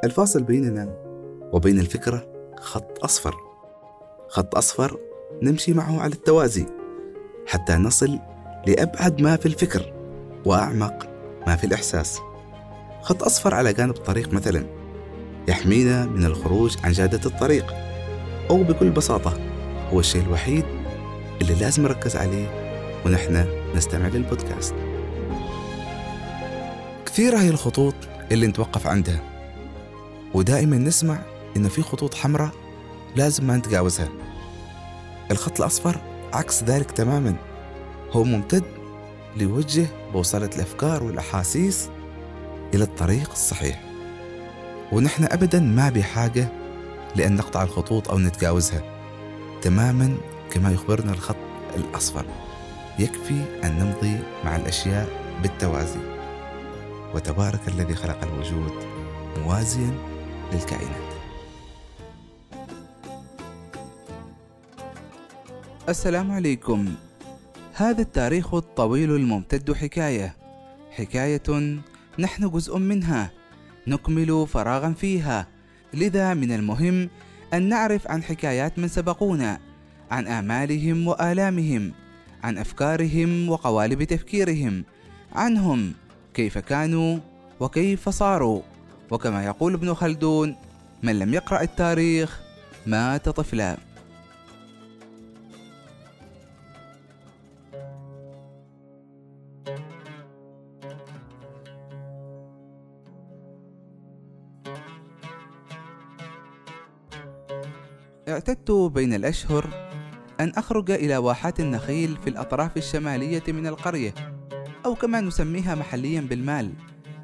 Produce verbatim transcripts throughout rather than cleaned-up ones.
الفاصل بيننا وبين الفكرة خط أصفر، خط أصفر نمشي معه على التوازي حتى نصل لأبعد ما في الفكر وأعمق ما في الإحساس. خط أصفر على جانب الطريق مثلا يحمينا من الخروج عن جادة الطريق، أو بكل بساطة هو الشيء الوحيد اللي لازم نركز عليه ونحن نستمع للبودكاست. كثيرة هي الخطوط اللي نتوقف عندها، ودائما نسمع إن في خطوط حمراء لازم ما نتجاوزها. الخط الأصفر عكس ذلك تماما، هو ممتد ليوجه بوصلة الأفكار والأحاسيس إلى الطريق الصحيح، ونحن أبدا ما بحاجة لأن نقطع الخطوط أو نتجاوزها، تماما كما يخبرنا الخط الأصفر. يكفي أن نمضي مع الأشياء بالتوازي، وتبارك الذي خلق الوجود موازيا للكائنات. السلام عليكم. هذا التاريخ الطويل الممتد حكاية حكاية نحن جزء منها، نكمل فراغا فيها. لذا من المهم أن نعرف عن حكايات من سبقونا، عن آمالهم وآلامهم، عن أفكارهم وقوالب تفكيرهم، عنهم كيف كانوا وكيف صاروا. وكما يقول ابن خلدون: من لم يقرأ التاريخ مات طفلا. اعتدت بين الأشهر أن أخرج إلى واحات النخيل في الأطراف الشمالية من القرية، أو كما نسميها محليا بالمال،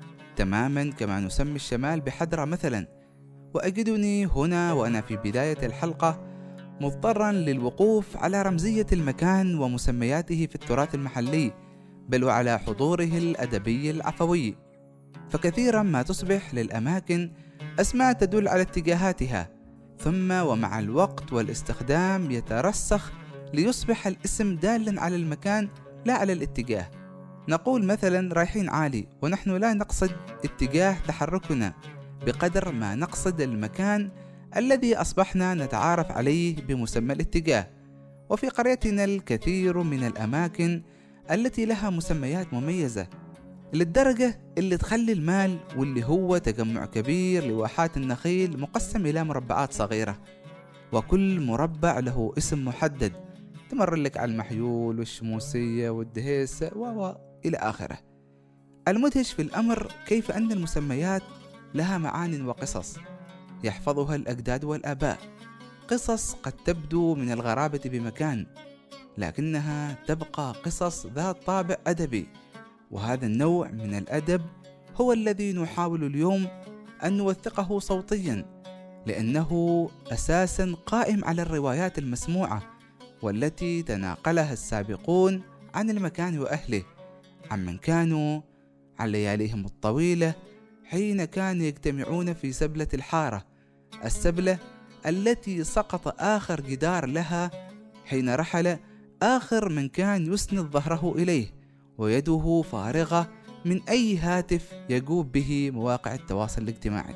تماما كما نسمي الشمال بحدرة مثلا. وأجدني هنا وأنا في بداية الحلقة مضطرا للوقوف على رمزية المكان ومسمياته في التراث المحلي، بل وعلى حضوره الأدبي العفوي. فكثيرا ما تصبح للأماكن أسماء تدل على اتجاهاتها، ثم ومع الوقت والاستخدام يترسخ ليصبح الاسم دالا على المكان لا على الاتجاه. نقول مثلا رايحين عالي، ونحن لا نقصد اتجاه تحركنا بقدر ما نقصد المكان الذي أصبحنا نتعارف عليه بمسمى الاتجاه. وفي قريتنا الكثير من الأماكن التي لها مسميات مميزة، للدرجة اللي تخلي المال، واللي هو تجمع كبير لواحات النخيل مقسم إلى مربعات صغيرة، وكل مربع له اسم محدد تمر لك على المحيول والشموسية والدهيسة و إلى آخره. المدهش في الأمر كيف أن المسميات لها معان وقصص يحفظها الأجداد والآباء، قصص قد تبدو من الغرابة بمكان، لكنها تبقى قصص ذات طابع أدبي. وهذا النوع من الأدب هو الذي نحاول اليوم أن نوثقه صوتيا، لأنه أساسا قائم على الروايات المسموعة والتي تناقلها السابقون عن المكان وأهله، عمن كانوا عن لياليهم الطويلة حين كانوا يجتمعون في سبلة الحارة، السبلة التي سقط آخر جدار لها حين رحل آخر من كان يسند ظهره إليه ويده فارغة من أي هاتف يجوب به مواقع التواصل الاجتماعي.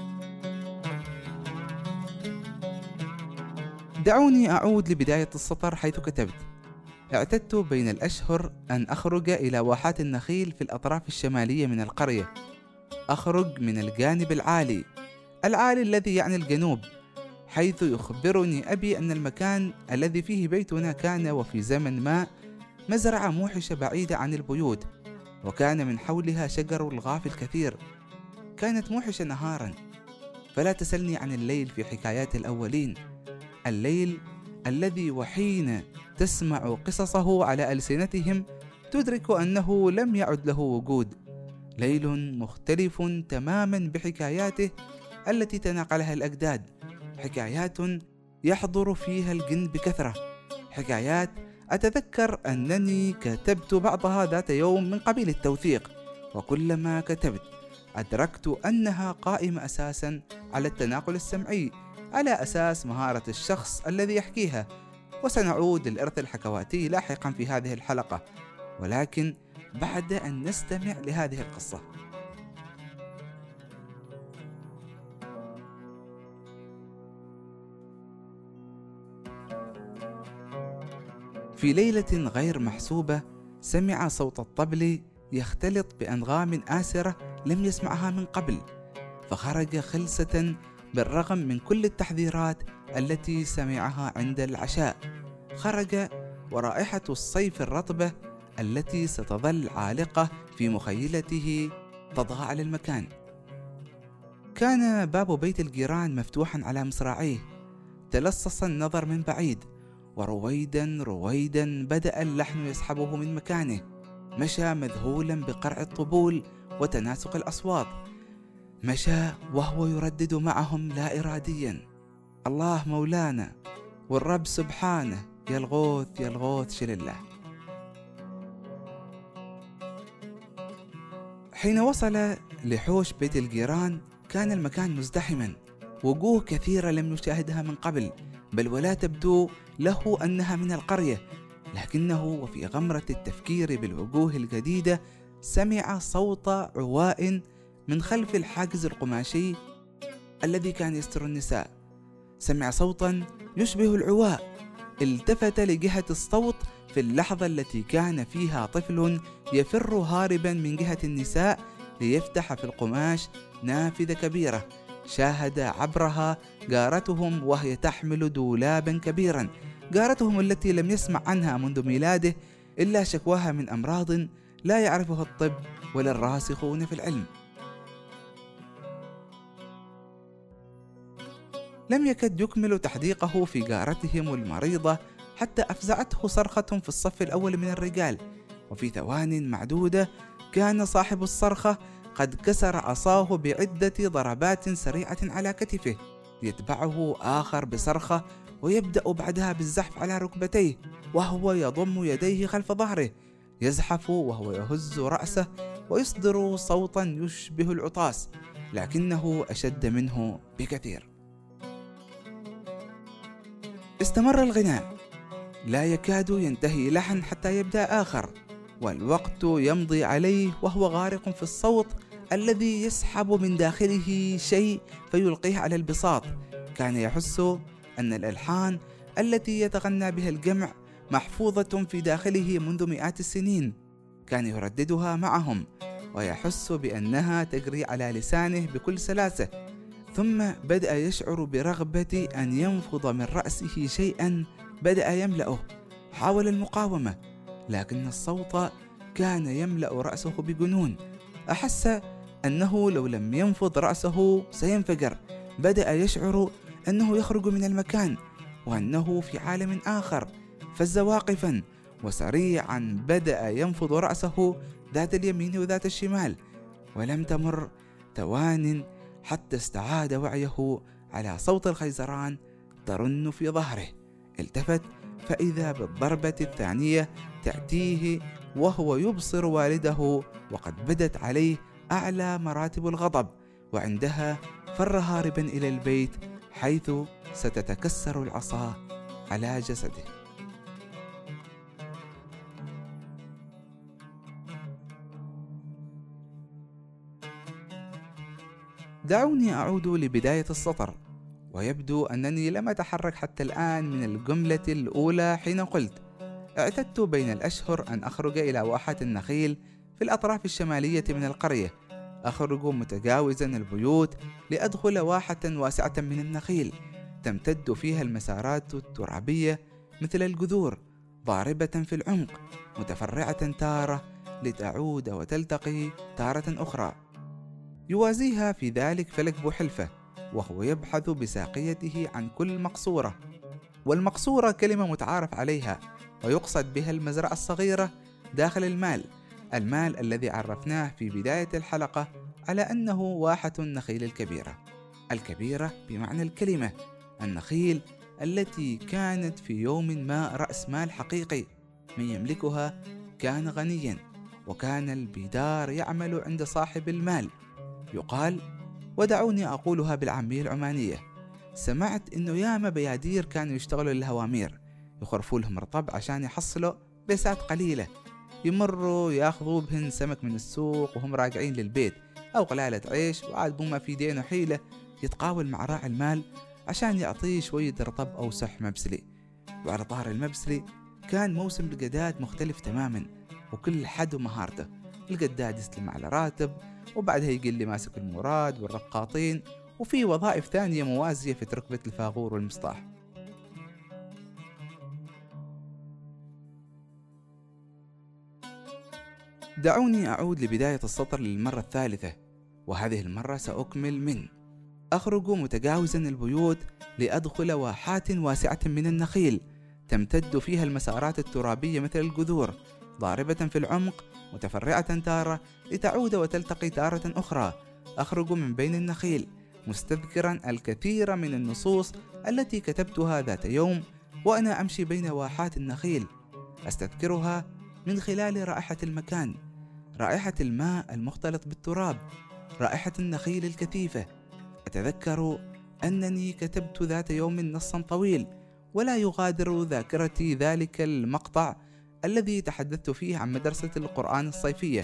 دعوني أعود لبداية السطر حيث كتبت: اعتدت بين الأشهر أن أخرج إلى واحات النخيل في الأطراف الشمالية من القرية. أخرج من الجانب العالي، العالي الذي يعني الجنوب، حيث يخبرني أبي أن المكان الذي فيه بيتنا كان وفي زمن ما مزرعة موحشة بعيدة عن البيوت، وكان من حولها شجر الغاف الكثير. كانت موحشة نهارا، فلا تسلني عن الليل في حكايات الأولين، الليل الذي وحين تسمع قصصه على ألسنتهم تدرك أنه لم يعد له وجود، ليل مختلف تماما بحكاياته التي تناقلها الأجداد، حكايات يحضر فيها الجن بكثرة، حكايات أتذكر أنني كتبت بعضها ذات يوم من قبيل التوثيق، وكلما كتبت أدركت أنها قائمة أساسا على التناقل السمعي، على أساس مهارة الشخص الذي يحكيها. وسنعود للإرث الحكواتي لاحقا في هذه الحلقة، ولكن بعد أن نستمع لهذه القصة. في ليلة غير محسوبة سمع صوت الطبل يختلط بأنغام آسرة لم يسمعها من قبل، فخرج خلسة بالرغم من كل التحذيرات التي سمعها عند العشاء. خرج ورائحة الصيف الرطبة التي ستظل عالقة في مخيلته تطغى على المكان. كان باب بيت الجيران مفتوحا على مصراعيه، تلصص النظر من بعيد، ورويدا رويدا بدأ اللحن يسحبه من مكانه. مشى مذهولا بقرع الطبول وتناسق الأصوات، مشى وهو يردد معهم لا إراديا: الله مولانا والرب سبحانه، يا الغوث يا الغوث شل الله. حين وصل لحوش بيت الجيران كان المكان مزدحما، وجوه كثيرة لم يشاهدها من قبل، بل ولا تبدو له أنها من القرية، لكنه وفي غمرة التفكير بالوجوه الجديدة سمع صوت عواء من خلف الحاجز القماشي الذي كان يستر النساء. سمع صوتا يشبه العواء، التفت لجهة الصوت في اللحظة التي كان فيها طفل يفر هاربا من جهة النساء ليفتح في القماش نافذة كبيرة شاهد عبرها جارتهم وهي تحمل دولابا كبيرا، جارتهم التي لم يسمع عنها منذ ميلاده إلا شكواها من أمراض لا يعرفها الطب ولا الراسخون في العلم. لم يكد يكمل تحديقه في جارتهم المريضة حتى أفزعته صرخة في الصف الأول من الرجال، وفي ثوان معدودة كان صاحب الصرخة قد كسر عصاه بعدة ضربات سريعة على كتفه، يتبعه آخر بصرخة ويبدأ بعدها بالزحف على ركبتيه وهو يضم يديه خلف ظهره، يزحف وهو يهز رأسه ويصدر صوتا يشبه العطاس لكنه أشد منه بكثير. استمر الغناء، لا يكاد ينتهي لحن حتى يبدأ آخر، والوقت يمضي عليه وهو غارق في الصوت الذي يسحب من داخله شيء فيلقيه على البساط. كان يحس أن الألحان التي يتغنى بها الجمع محفوظة في داخله منذ مئات السنين، كان يرددها معهم ويحس بأنها تجري على لسانه بكل سلاسة. ثم بدأ يشعر برغبة أن ينفض من رأسه شيئا بدأ يملأه. حاول المقاومة لكن الصوت كان يملأ رأسه بجنون. أحس أنه لو لم ينفض رأسه سينفجر. بدأ يشعر أنه يخرج من المكان وأنه في عالم آخر. فز واقفا وسريعا بدأ ينفض رأسه ذات اليمين وذات الشمال، ولم تمر ثوان حتى استعاد وعيه على صوت الخيزران ترن في ظهره. التفت فإذا بالضربة الثانية تأتيه وهو يبصر والده وقد بدت عليه أعلى مراتب الغضب، وعندها فر هاربا إلى البيت حيث ستتكسر العصا على جسده. دعوني أعود لبداية السطر، ويبدو أنني لم أتحرك حتى الآن من الجملة الأولى حين قلت: اعتدت بين الأشهر أن أخرج إلى واحات النخيل في الأطراف الشمالية من القرية. أخرج متجاوزا البيوت لأدخل واحة واسعة من النخيل تمتد فيها المسارات الترابية مثل الجذور، ضاربة في العمق، متفرعة تارة لتعود وتلتقي تارة أخرى. يوازيها في ذلك فلك بوحلفة وهو يبحث بساقيته عن كل مقصورة، والمقصورة كلمة متعارف عليها ويقصد بها المزرعة الصغيرة داخل المال، المال الذي عرفناه في بداية الحلقة على أنه واحة النخيل الكبيرة. الكبيرة بمعنى الكلمة، النخيل التي كانت في يوم ما رأس مال حقيقي، من يملكها كان غنيا، وكان البيدار يعمل عند صاحب المال. يقال، ودعوني أقولها بالعامية العمانية، سمعت إنه ياما بيادير كانوا يشتغلوا للهوامير، يخرفوا لهم رطب عشان يحصلوا بسات قليلة، يمروا ياخذوا بهن سمك من السوق وهم راجعين للبيت، أو قلالة عيش، وعاد بما في دينه حيلة يتقاول مع راعي المال عشان يعطيه شوية رطب أو سح مبسلي. وعلى طار المبسلي كان موسم القداد مختلف تماما، وكل حد ومهارته. القداد يستلم على راتب، وبعدها يقل لي ماسك المراد والرقاطين، وفي وظائف ثانية موازية في ركبة الفاغور والمصطاح. دعوني أعود لبداية السطر للمرة الثالثة، وهذه المرة سأكمل من: أخرج متجاوزا البيوت لأدخل واحات واسعة من النخيل تمتد فيها المسارات الترابية مثل الجذور، ضاربة في العمق متفرعة تارة لتعود وتلتقي تارة أخرى. أخرج من بين النخيل مستذكرا الكثير من النصوص التي كتبتها ذات يوم وأنا أمشي بين واحات النخيل، أستذكرها من خلال رائحة المكان، رائحة الماء المختلط بالتراب، رائحة النخيل الكثيفة. أتذكر أنني كتبت ذات يوم نصا طويل، ولا يغادر ذاكرتي ذلك المقطع الذي تحدثت فيه عن مدرسة القرآن الصيفية،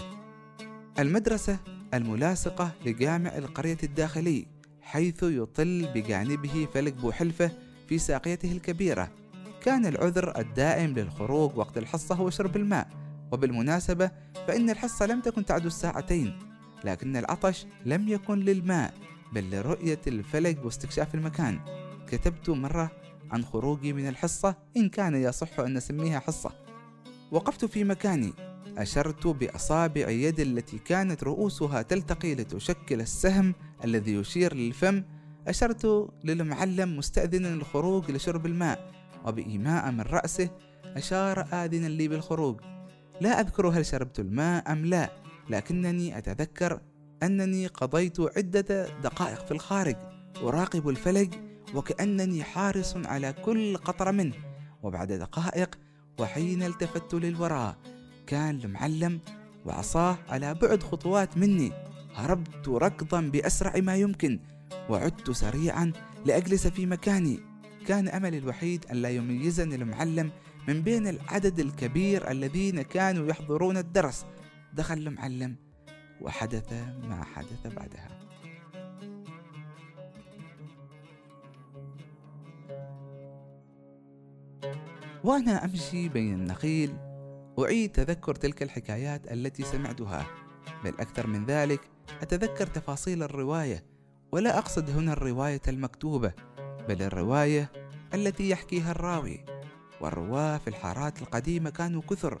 المدرسة الملاصقة لجامع القرية الداخلي، حيث يطل بجانبه فلك بوحلفة في ساقيته الكبيرة. كان العذر الدائم للخروج وقت الحصة هو شرب الماء، وبالمناسبة فإن الحصة لم تكن تعد الساعتين، لكن العطش لم يكن للماء بل لرؤية الفلك واستكشاف المكان. كتبت مرة عن خروجي من الحصة، إن كان يصح أن نسميها حصة. وقفت في مكاني، أشرت بأصابع يدي التي كانت رؤوسها تلتقي لتشكل السهم الذي يشير للفم. أشرت للمعلم مستأذنا الخروج لشرب الماء، وبإيماء من رأسه أشار آذنا لي بالخروج. لا أذكر هل شربت الماء أم لا، لكنني أتذكر أنني قضيت عدة دقائق في الخارج أراقب الفلك وكأنني حارس على كل قطرة منه. وبعد دقائق وحين التفت للوراء كان المعلم وعصاه على بعد خطوات مني. هربت ركضا بأسرع ما يمكن وعدت سريعا لأجلس في مكاني. كان أملي الوحيد أن لا يميزني المعلم من بين العدد الكبير الذين كانوا يحضرون الدرس. دخل المعلم وحدث ما حدث بعدها. وأنا أمشي بين النخيل أعيد تذكر تلك الحكايات التي سمعتها، بل أكثر من ذلك أتذكر تفاصيل الرواية، ولا أقصد هنا الرواية المكتوبة بل الرواية التي يحكيها الراوي. والرواة في الحارات القديمة كانوا كثر،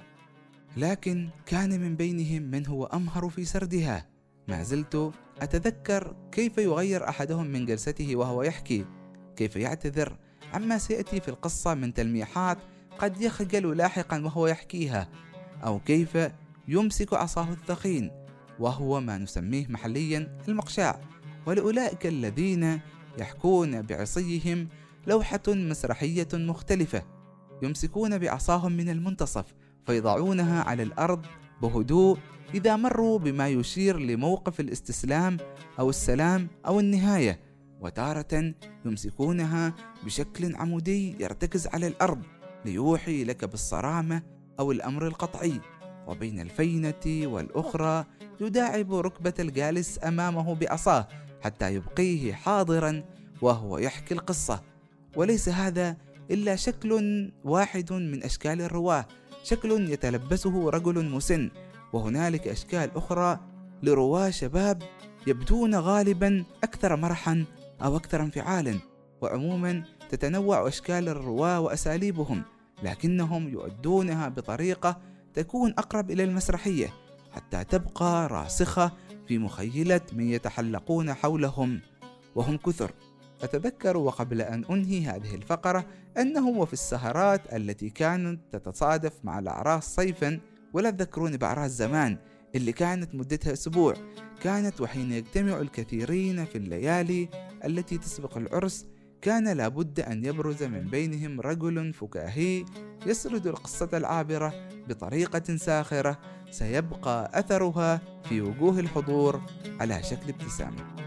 لكن كان من بينهم من هو أمهر في سردها. ما زلت أتذكر كيف يغير أحدهم من جلسته وهو يحكي، كيف يعتذر عما سيأتي في القصة من تلميحات قد يخجل لاحقا وهو يحكيها، أو كيف يمسك عصاه الثخين وهو ما نسميه محليا المقشاع. ولأولئك الذين يحكون بعصيهم لوحة مسرحية مختلفة، يمسكون بعصاهم من المنتصف فيضعونها على الأرض بهدوء إذا مروا بما يشير لموقف الاستسلام أو السلام أو النهاية، وتارة يمسكونها بشكل عمودي يرتكز على الأرض ليوحي لك بالصرامة أو الأمر القطعي. وبين الفينة والأخرى يداعب ركبة الجالس أمامه بعصاه حتى يبقيه حاضرا وهو يحكي القصة. وليس هذا إلا شكل واحد من أشكال الرواة، شكل يتلبسه رجل مسن. وهنالك أشكال أخرى لرواة شباب يبدون غالبا أكثر مرحا أو أكثر انفعالا. وعموما تتنوع أشكال الرواة وأساليبهم، لكنهم يؤدونها بطريقة تكون أقرب إلى المسرحية حتى تبقى راسخة في مخيلة من يتحلقون حولهم وهم كثر. أتذكر وقبل أن أنهي هذه الفقرة أنه وفي السهرات التي كانت تتصادف مع الأعراس صيفا، ولا تذكرون بأعراس زمان اللي كانت مدتها أسبوع، كانت وحين يجتمع الكثيرين في الليالي التي تسبق العرس كان لابد أن يبرز من بينهم رجل فكاهي يسرد القصة العابرة بطريقة ساخرة سيبقى أثرها في وجوه الحضور على شكل ابتسامة.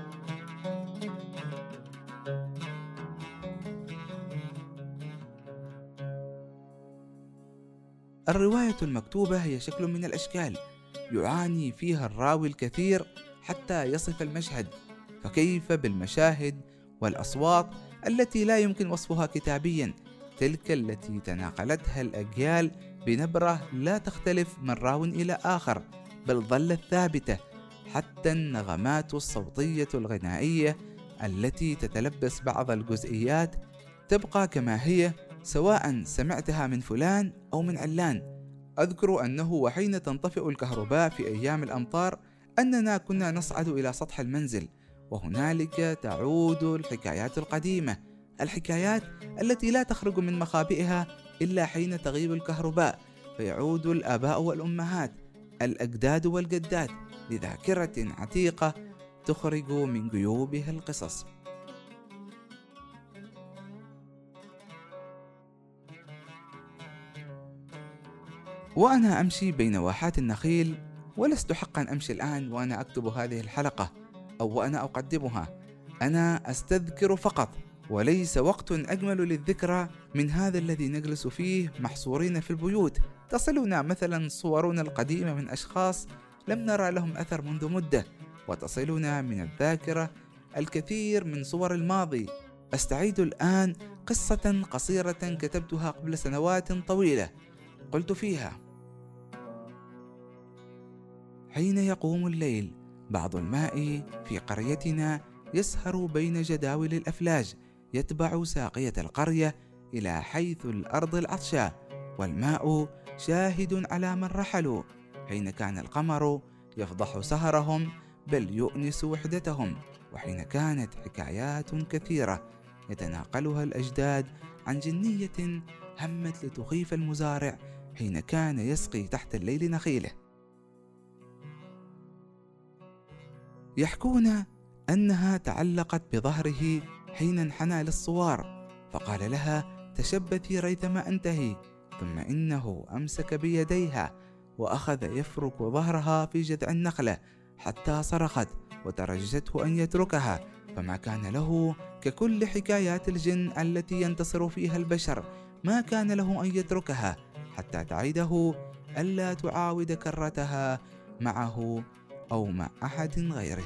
الرواية المكتوبة هي شكل من الأشكال يعاني فيها الراوي الكثير حتى يصف المشهد، فكيف بالمشاهد والأصوات التي لا يمكن وصفها كتابيا؟ تلك التي تناقلتها الأجيال بنبرة لا تختلف من راو إلى آخر، بل ظلت ثابتة. حتى النغمات الصوتية الغنائية التي تتلبس بعض الجزئيات تبقى كما هي، سواء سمعتها من فلان أو من علان. أذكر أنه وحين تنطفئ الكهرباء في أيام الأمطار أننا كنا نصعد إلى سطح المنزل، وهنالك تعود الحكايات القديمة، الحكايات التي لا تخرج من مخابئها إلا حين تغيب الكهرباء، فيعود الآباء والأمهات، الأجداد والجدات لذاكرة عتيقة تخرج من جيوبها القصص. وأنا أمشي بين واحات النخيل، ولست حقا أمشي الآن وأنا أكتب هذه الحلقة أو وأنا أقدمها، أنا أستذكر فقط، وليس وقت أجمل للذكرى من هذا الذي نجلس فيه محصورين في البيوت. تصلنا مثلا صورنا القديمة من أشخاص لم نرى لهم أثر منذ مدة، وتصلنا من الذاكرة الكثير من صور الماضي. أستعيد الآن قصة قصيرة كتبتها قبل سنوات طويلة، قلت فيها: حين يقوم الليل بعض الماء في قريتنا يسهر بين جداول الأفلاج، يتبع ساقية القرية إلى حيث الأرض العطشاء، والماء شاهد على من رحلوا، حين كان القمر يفضح سهرهم بل يؤنس وحدتهم، وحين كانت حكايات كثيرة يتناقلها الأجداد عن جنية همت لتخيف المزارع حين كان يسقي تحت الليل نخيله. يحكون أنها تعلقت بظهره حين انحنى للصوار، فقال لها: تشبثي ريثما أنتهي، ثم إنه أمسك بيديها وأخذ يفرك ظهرها في جذع النخلة حتى صرخت وترجته أن يتركها، فما كان له ككل حكايات الجن التي ينتصر فيها البشر، ما كان له أن يتركها حتى تعيده ألا تعاود كرتها معه أو مع أحد غيره.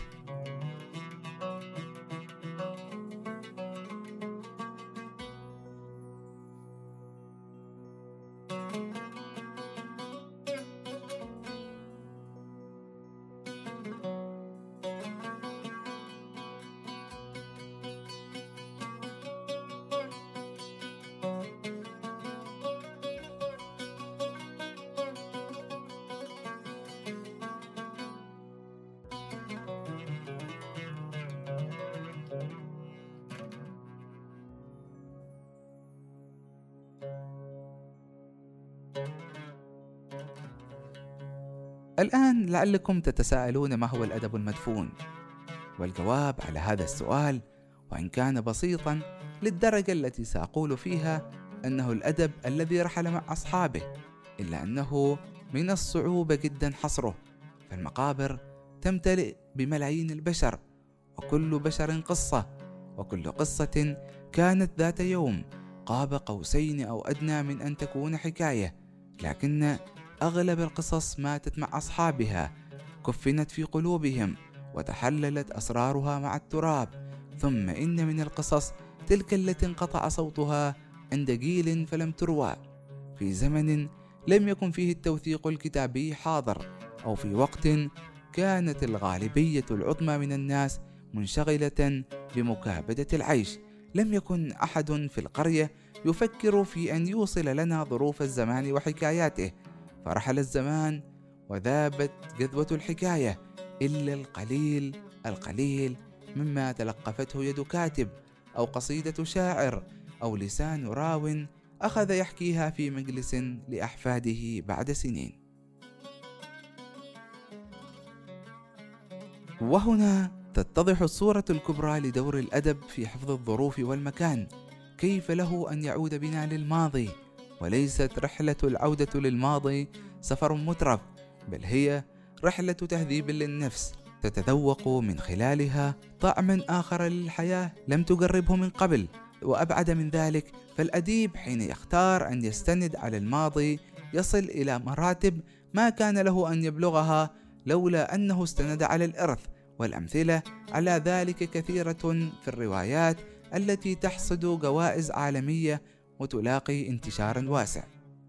الآن لعلكم تتساءلون ما هو الأدب المدفون، والجواب على هذا السؤال، وإن كان بسيطا للدرجة التي سأقول فيها أنه الأدب الذي رحل مع أصحابه، إلا أنه من الصعوبة جدا حصره، فالمقابر تمتلئ بملايين البشر، وكل بشر قصة، وكل قصة كانت ذات يوم قاب قوسين أو أدنى من أن تكون حكاية، لكن أغلب القصص ماتت مع أصحابها، كفنت في قلوبهم وتحللت أسرارها مع التراب. ثم إن من القصص تلك التي انقطع صوتها عند جيل فلم تروى، في زمن لم يكن فيه التوثيق الكتابي حاضر، أو في وقت كانت الغالبية العظمى من الناس منشغلة بمكابدة العيش. لم يكن أحد في القرية يفكر في أن يوصل لنا ظروف الزمان وحكاياته، فرحل الزمان وذابت جذوة الحكاية، إلا القليل القليل مما تلقفته يد كاتب أو قصيدة شاعر أو لسان راو أخذ يحكيها في مجلس لأحفاده بعد سنين. وهنا تتضح الصورة الكبرى لدور الأدب في حفظ الظروف والمكان، كيف له أن يعود بنا للماضي، وليست رحلة العودة للماضي سفر مترف، بل هي رحلة تهذيب للنفس تتذوق من خلالها طعما آخر للحياة لم تجربه من قبل. وأبعد من ذلك، فالأديب حين يختار أن يستند على الماضي يصل إلى مراتب ما كان له أن يبلغها لولا أنه استند على الإرث، والأمثلة على ذلك كثيرة في الروايات التي تحصد جوائز عالمية وتلاقي انتشارا واسع.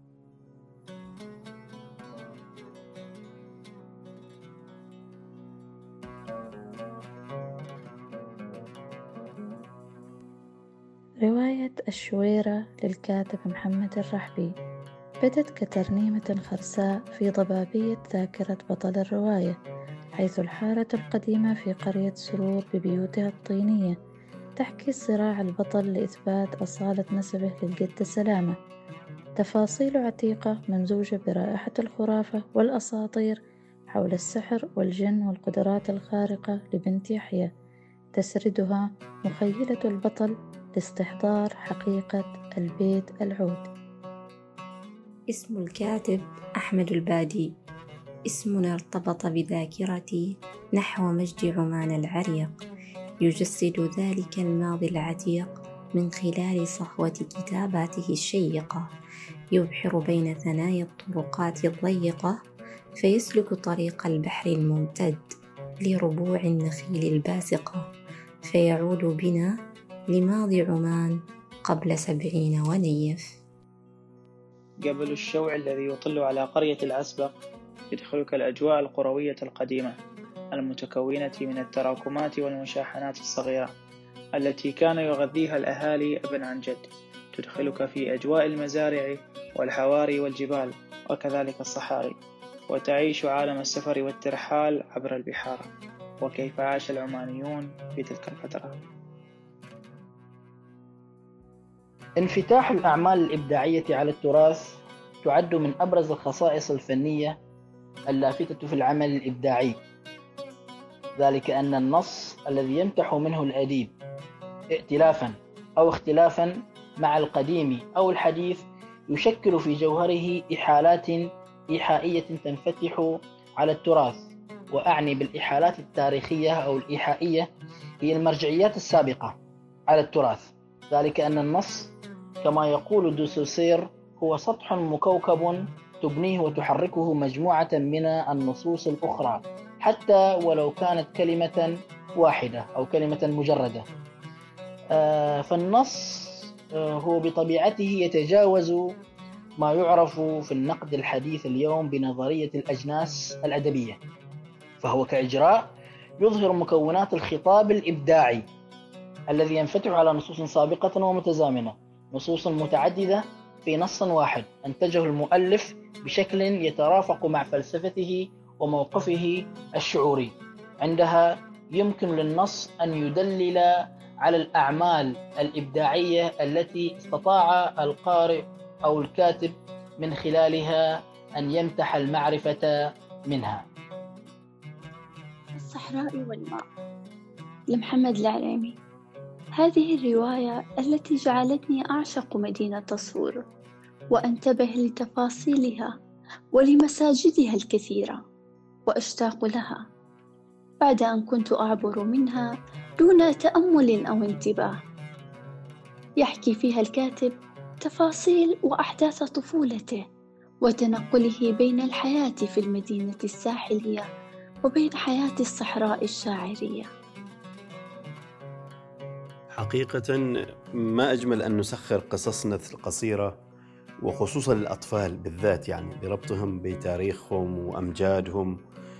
رواية الشويرة للكاتب محمد الرحبي بدت كترنيمة خرساء في ضبابية ذاكرة بطل الرواية، حيث الحارة القديمة في قرية سرور ببيوتها الطينية تحكي صراع البطل لإثبات أصالة نسبه للجدة سلامة. تفاصيل عتيقة ممزوجة برائحة الخرافة والأساطير حول السحر والجن والقدرات الخارقة لبنت يحيى، تسردها مخيلة البطل لاستحضار حقيقة البيت العود. اسم الكاتب أحمد البادي. اسمنا ارتبط بذاكرتي نحو مجد عمان العريق، يجسد ذلك الماضي العتيق من خلال صهوة كتاباته الشيقة، يبحر بين ثنايا الطرقات الضيقة فيسلك طريق البحر الممتد لربوع النخيل الباسقة، فيعود بنا لماضي عمان قبل سبعين ونيف. قبل الشوع الذي يطل على قرية العسبق يدخلك الأجواء القروية القديمة المتكونة من التراكمات والمشاحنات الصغيرة التي كان يغذيها الأهالي ابن عن جد، تدخلك في أجواء المزارع والحواري والجبال وكذلك الصحاري، وتعيش عالم السفر والترحال عبر البحار وكيف عاش العمانيون في تلك الفترة. انفتاح الأعمال الإبداعية على التراث تعد من أبرز الخصائص الفنية اللافتة في العمل الإبداعي، ذلك أن النص الذي يمتح منه الأديب ائتلافا أو اختلافا مع القديم أو الحديث يشكل في جوهره إحالات إيحائية تنفتح على التراث. وأعني بالإحالات التاريخية أو الإيحائية هي المرجعيات السابقة على التراث، ذلك أن النص كما يقول دوسوسير هو سطح مكوكب تبنيه وتحركه مجموعة من النصوص الأخرى حتى ولو كانت كلمة واحدة أو كلمة مجردة. فالنص هو بطبيعته يتجاوز ما يعرف في النقد الحديث اليوم بنظرية الأجناس الأدبية، فهو كإجراء يظهر مكونات الخطاب الإبداعي الذي ينفتح على نصوص سابقة ومتزامنة، نصوص متعددة في نص واحد أنتجه المؤلف بشكل يترافق مع فلسفته وموقفه الشعوري. عندها يمكن للنص أن يدلل على الأعمال الإبداعية التي استطاع القارئ أو الكاتب من خلالها أن يمتح المعرفة منها. الصحراء والماء لمحمد العليمي. هذه الرواية التي جعلتني أعشق مدينة صور وأنتبه لتفاصيلها ولمساجدها الكثيرة وأشتاق لها بعد أن كنت أعبر منها دون تأمل أو انتباه. يحكي فيها الكاتب تفاصيل وأحداث طفولته وتنقله بين الحياة في المدينة الساحلية وبين حياة الصحراء الشاعرية. حقيقة ما أجمل أن نسخر قصصنا القصيرة وخصوصا للأطفال بالذات، يعني بربطهم بتاريخهم وأمجادهم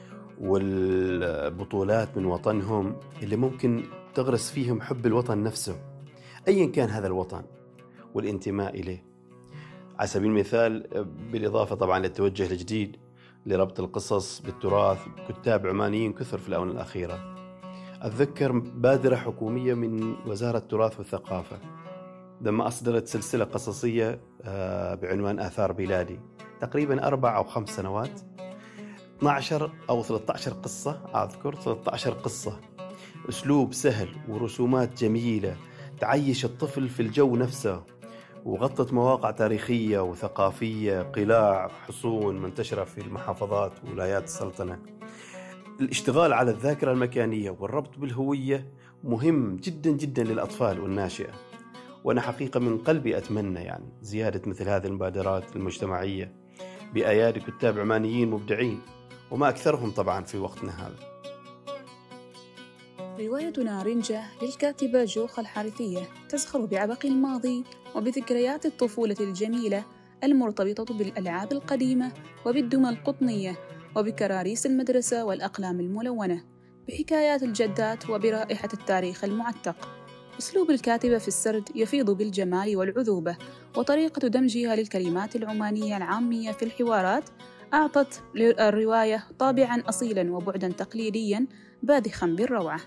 والبطولات من وطنهم اللي ممكن تغرس فيهم حب الوطن نفسه أيا كان هذا الوطن والانتماء إليه. على سبيل المثال بالإضافة طبعا للتوجه الجديد لربط القصص بالتراث، كتاب عمانيين كثر في الآونة الأخيرة. أتذكر بادرة حكومية من وزارة التراث والثقافة لما أصدرت سلسلة قصصية بعنوان آثار بلادي، تقريبا أربع أو خمس سنوات، اثنا عشر أو ثلاثة عشر قصة، أذكر ثلاثة عشر قصة، أسلوب سهل ورسومات جميلة تعيش الطفل في الجو نفسه، وغطت مواقع تاريخية وثقافية، قلاع، حصون منتشرة في المحافظات وولايات السلطنة. الاشتغال على الذاكرة المكانية والربط بالهوية مهم جدا جدا للأطفال والناشئة، وأنا حقيقة من قلبي أتمنى يعني زيادة مثل هذه المبادرات المجتمعية بأيادي كتاب عمانيين مبدعين، وما أكثرهم طبعا في وقتنا هذا. رواية نارنجة للكاتبة جوخة الحارثية تزخر بعبق الماضي وبذكريات الطفولة الجميلة المرتبطة بالألعاب القديمة وبالدمى القطنية وبكراريس المدرسة والأقلام الملونة، بحكايات الجدات وبرائحة التاريخ المعتق. أسلوب الكاتبة في السرد يفيض بالجمال والعذوبة، وطريقة دمجها للكلمات العمانية العامية في الحوارات أعطت للرواية طابعاً أصيلاً وبعداً تقليدياً باذخاً بالروعة.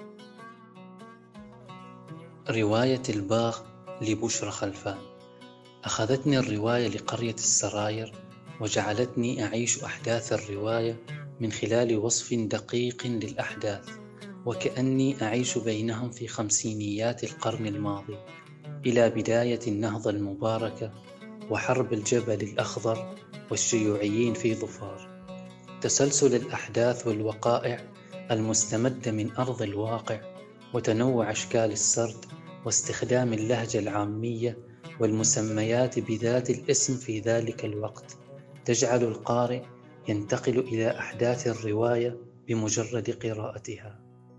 رواية الباغ لبشرى خلفان. أخذتني الرواية لقرية السراير وجعلتني أعيش أحداث الرواية من خلال وصف دقيق للأحداث، وكأني أعيش بينهم في خمسينيات القرن الماضي، إلى بداية النهضة المباركة وحرب الجبل الأخضر والشيوعيين في ظفار. تسلسل الأحداث والوقائع المستمدة من أرض الواقع، وتنوع أشكال السرد، واستخدام اللهجة العامية والمسميات بذات الاسم في ذلك الوقت، تجعل القارئ ينتقل إلى أحداث الرواية بمجرد قراءتها.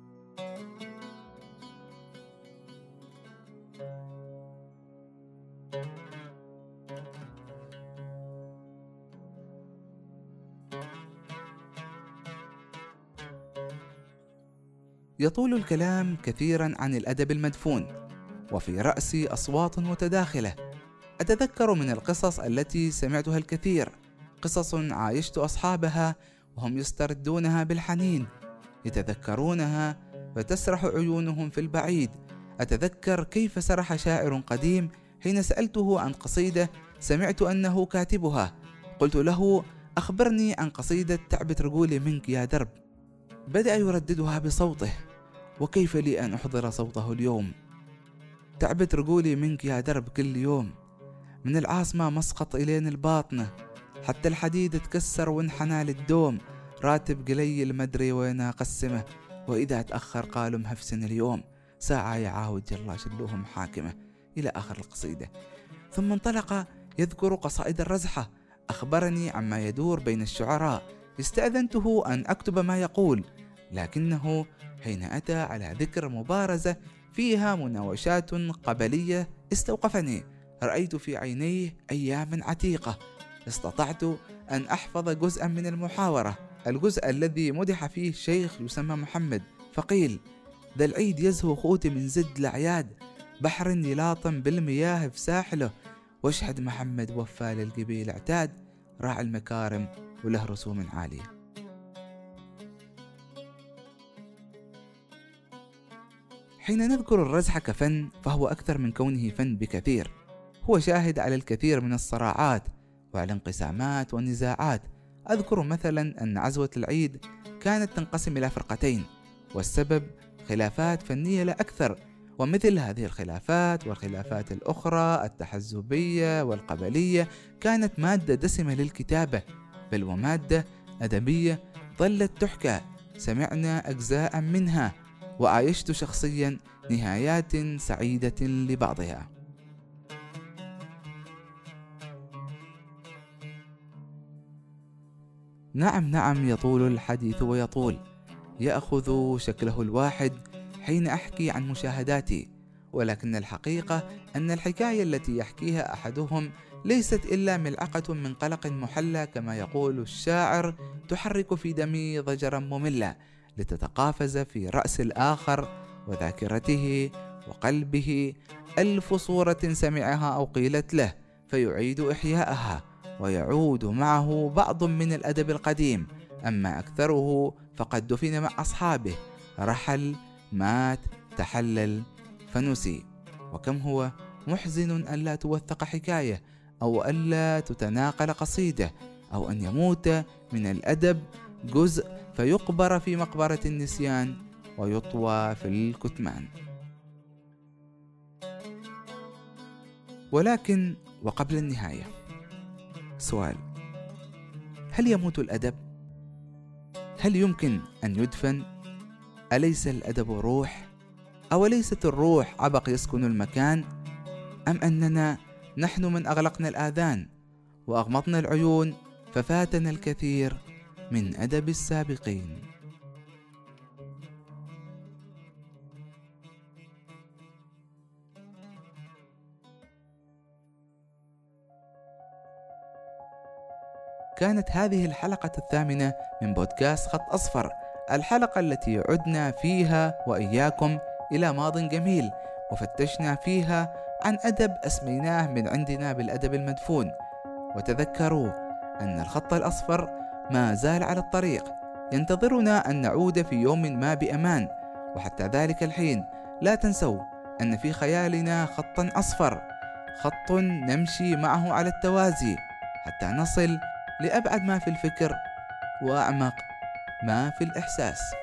يطول الكلام كثيرا عن الأدب المدفون، وفي رأسي أصوات متداخلة. أتذكر من القصص التي سمعتها الكثير، قصص عايشت أصحابها وهم يستردونها بالحنين، يتذكرونها فتسرح عيونهم في البعيد. أتذكر كيف سرح شاعر قديم حين سألته عن قصيدة سمعت أنه كاتبها. قلت له: أخبرني عن قصيدة تعبت رجولي منك يا درب. بدأ يرددها بصوته، وكيف لي أن أحضر صوته اليوم. تعبت رجولي منك يا درب كل يوم، من العاصمة مسقط إلين الباطنة، حتى الحديد تكسر وانحنى للدوم، راتب قليل مدري وين أقسمه، وإذا تأخر قالوا مهفسن اليوم، ساعة يعاود جلا شلوهم حاكمة، إلى آخر القصيدة. ثم انطلق يذكر قصائد الرزحة، أخبرني عما يدور بين الشعراء. استأذنته أن أكتب ما يقول، لكنه حين أتى على ذكر مبارزة فيها مناوشات قبلية استوقفني. رأيت في عينيه أيام عتيقة. استطعت أن أحفظ جزءا من المحاورة، الجزء الذي مدح فيه الشيخ يسمى محمد، فقيل: ذا العيد يزهو خوتي من زد الأعياد، بحر يلاطم بالمياه في ساحله، واشهد محمد وفى للقبيل اعتاد، راعي المكارم وله رسوم عالية. حين نذكر الرزح كفن فهو أكثر من كونه فن بكثير، هو شاهد على الكثير من الصراعات وعلى انقسامات والنزاعات. أذكر مثلا أن عزوة العيد كانت تنقسم إلى فرقتين، والسبب خلافات فنية لا أكثر، ومثل هذه الخلافات والخلافات الأخرى التحزبية والقبلية كانت مادة دسمة للكتابة، بل ومادة أدبية ظلت تحكى. سمعنا أجزاء منها، وعايشت شخصيا نهايات سعيدة لبعضها. نعم نعم يطول الحديث ويطول، يأخذ شكله الواحد حين أحكي عن مشاهداتي، ولكن الحقيقة أن الحكاية التي يحكيها أحدهم ليست إلا ملعقة من قلق محلى، كما يقول الشاعر: تحرك في دمي ضجرا مملا، لتتقافز في رأس الآخر وذاكرته وقلبه ألف صورة سمعها أو قيلت له، فيعيد إحياءها، ويعود معه بعض من الأدب القديم، أما أكثره فقد دفن مع أصحابه، رحل، مات، تحلل، فنسي. وكم هو محزن أن لا توثق حكاية، أو أن لا تتناقل قصيدة، أو أن يموت من الأدب جزء فيقبر في مقبرة النسيان ويطوى في الكتمان. ولكن وقبل النهاية سؤال: هل يموت الأدب؟ هل يمكن أن يدفن؟ أليس الأدب روح؟ أوليست الروح عبق يسكن المكان؟ أم أننا نحن من أغلقنا الآذان وأغمضنا العيون ففاتنا الكثير من أدب السابقين؟ كانت هذه الحلقة الثامنة من بودكاست خط أصفر، الحلقة التي عدنا فيها وإياكم إلى ماض جميل، وفتشنا فيها عن أدب أسميناه من عندنا بالأدب المدفون. وتذكروا أن الخط الأصفر ما زال على الطريق، ينتظرنا أن نعود في يوم ما بأمان. وحتى ذلك الحين لا تنسوا أن في خيالنا خطا أصفر، خط نمشي معه على التوازي حتى نصل لأبعد ما في الفكر وأعمق ما في الإحساس.